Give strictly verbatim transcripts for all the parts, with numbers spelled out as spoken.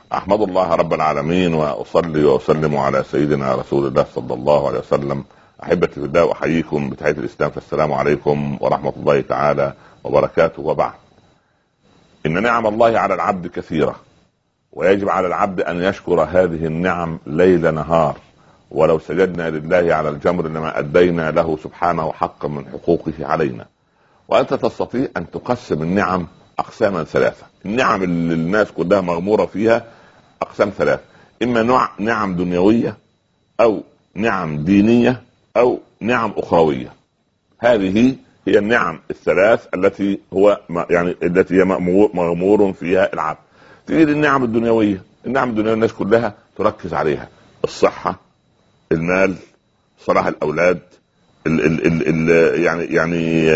أحمد الله رب العالمين وأصلي وأسلم على سيدنا رسول الله صلى الله عليه وسلم. أحبتي في الله، وأحييكم بتحية الإسلام، فالسلام عليكم ورحمة الله تعالى وبركاته. وبعد، إن نعم الله على العبد كثيرة، ويجب على العبد أن يشكر هذه النعم ليل نهار. ولو سجدنا لله على الجمر لما أدينا له سبحانه حقا من حقوقه علينا. وأنت تستطيع أن تقسم النعم أقساما ثلاثة. النعم اللي الناس كلها مغمورة فيها أقسام ثلاثة: إما نوع نعم دنيوية، أو نعم دينية، أو نعم أخروية. هذه هي النعم الثلاث التي هو يعني التي هي مغمور فيها العبد. تجد النعم الدنيوية، النعم الدنيوية الناس كلها تركز عليها: الصحة، المال، صلاح الأولاد، ال ال ال ال يعني يعني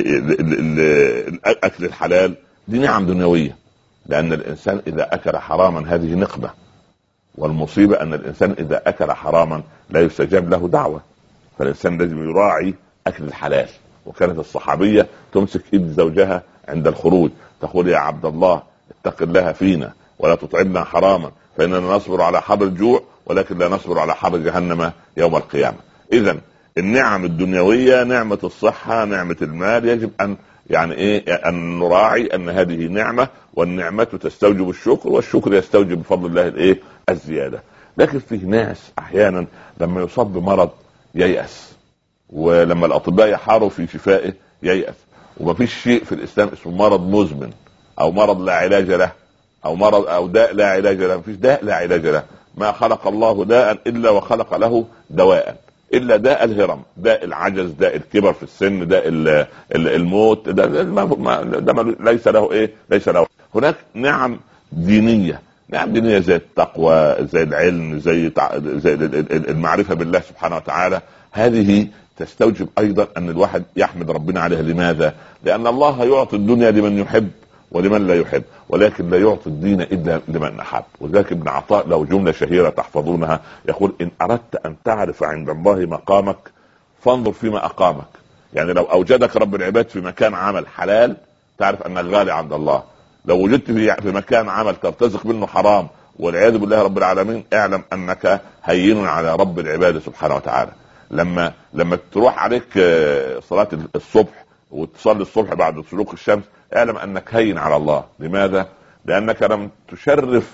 الأكل الحلال. دي نعم دنيوية، لأن الإنسان إذا أكل حراما هذه نقمة، والمصيبة أن الإنسان إذا أكل حراما لا يستجاب له دعوة. فالإنسان لازم يراعي أكل الحلال. وكانت الصحابية تمسك إيد زوجها عند الخروج تقول: يا عبد الله اتق الله فينا ولا تطعمنا حراما، فإننا نصبر على حر الجوع ولكن لا نصبر على حر جهنم يوم القيامة. إذن النعم الدنيوية، نعمة الصحة، نعمة المال، يجب أن يعني إيه أن نراعي أن هذه نعمة، والنعمة تستوجب الشكر، والشكر يستوجب بفضل الله الإيه الزيادة. لكن فيه ناس أحيانا لما يصاب بمرض ييأس، ولما الأطباء يحاروا في شفائه ييأس. وما فيش شيء في الإسلام اسمه مرض مزمن أو مرض لا علاج له، أو مرض أو داء لا علاج له. ما فيش داء لا علاج له. ما خلق الله داء إلا وخلق له دواء، إلا داء الهرم، داء العجز، داء الكبر في السن، داء الموت. ده, ده ليس له إيه ليس له. هناك نعم دينية، نعم دينية زي التقوى، زي العلم، زي زي المعرفة بالله سبحانه وتعالى. هذه تستوجب أيضا أن الواحد يحمد ربنا عليها. لماذا؟ لأن الله يعطي الدنيا لمن يحب ولمن لا يحب، ولكن لا يعطي الدين إلا لمن أحب. وذلك ابن عطاء له جملة شهيرة تحفظونها، يقول: إن أردت أن تعرف عند الله مقامك فانظر فيما أقامك. يعني لو أوجدك رب العباد في مكان عمل حلال تعرف أنك غالي عند الله. لو وجدت في مكان عمل ترتزق منه حرام والعياذ بالله رب العالمين، اعلم أنك هين على رب العباد سبحانه وتعالى. لما لما تروح عليك صلاة الصبح وتصلي الصبح بعد شروق الشمس، اعلم انك هين على الله. لماذا؟ لانك لم تشرف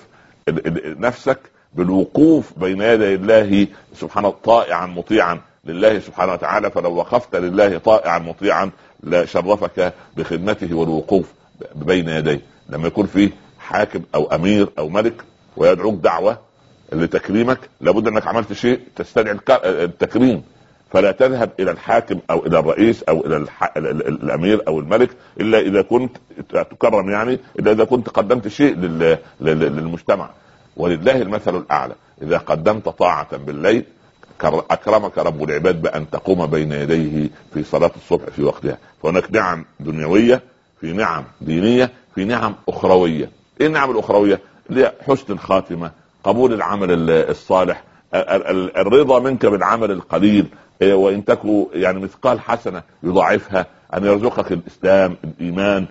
نفسك بالوقوف بين يدي الله سبحانه طائعا مطيعا لله سبحانه وتعالى. فلو وقفت لله طائعا مطيعا لشرفك بخدمته والوقوف بين يديه. لما يكون فيه حاكم او امير او ملك ويدعوك دعوة لتكريمك، لابد انك عملت شيء تستدعي التكريم. فلا تذهب الى الحاكم او الى الرئيس او الى الح... الامير او الملك الا اذا كنت تكرم، يعني الا اذا كنت قدمت شيء لل... للمجتمع. ولله المثل الاعلى: اذا قدمت طاعة بالليل اكرمك رب العباد بان تقوم بين يديه في صلاة الصبح في وقتها. فهناك نعم دنيوية، في نعم دينية، في نعم اخروية. ايه النعم الاخروية؟ اللي حسن الخاتمة، قبول العمل الصالح، الرضا منك بالعمل القليل، وإن تكو يعني مثقال حسنة يضاعفها، أن يرزقك الإسلام، الإيمان،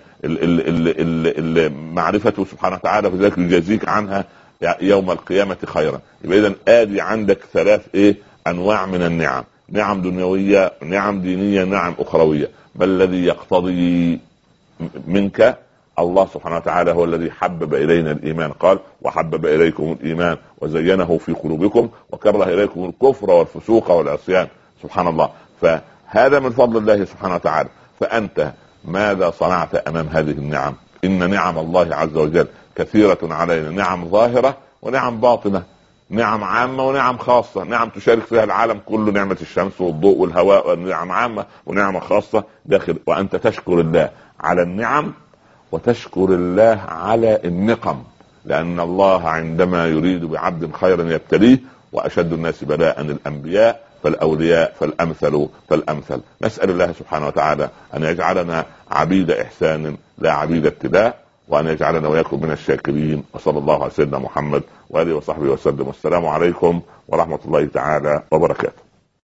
معرفته سبحانه وتعالى، فذلك يجازيك عنها يوم القيامة خيرا. يبقى إذن آدي عندك ثلاث إيه أنواع من النعم: نعم دنيوية، نعم دينية، نعم أخروية. ما الذي يقتضي منك؟ الله سبحانه وتعالى هو الذي حبب إلينا الإيمان، قال: وحبب إليكم الإيمان وزينه في قلوبكم وكره إليكم الكفر والفسوق والعصيان. سبحان الله. فهذا من فضل الله سبحانه وتعالى. فأنت ماذا صنعت أمام هذه النعم؟ إن نعم الله عز وجل كثيرة علينا، نعم ظاهرة ونعم باطنة، نعم عامة ونعم خاصة. نعم تشارك فيها العالم كله، نعمة الشمس والضوء والهواء، نعم عامة ونعمة خاصة داخل. وأنت تشكر الله على النعم وتشكر الله على النقم، لأن الله عندما يريد بعبد خيرا يبتليه. وأشد الناس بلاء الأنبياء، فالأولياء فالأمثل فالأمثل. نسأل الله سبحانه وتعالى أن يجعلنا عبيد إحسان لا عبيد ابتلاء، وأن يجعلنا وياكم من الشاكرين. وصلى الله على سيدنا محمد وآله وصحبه وسلم. والسلام عليكم ورحمة الله تعالى وبركاته.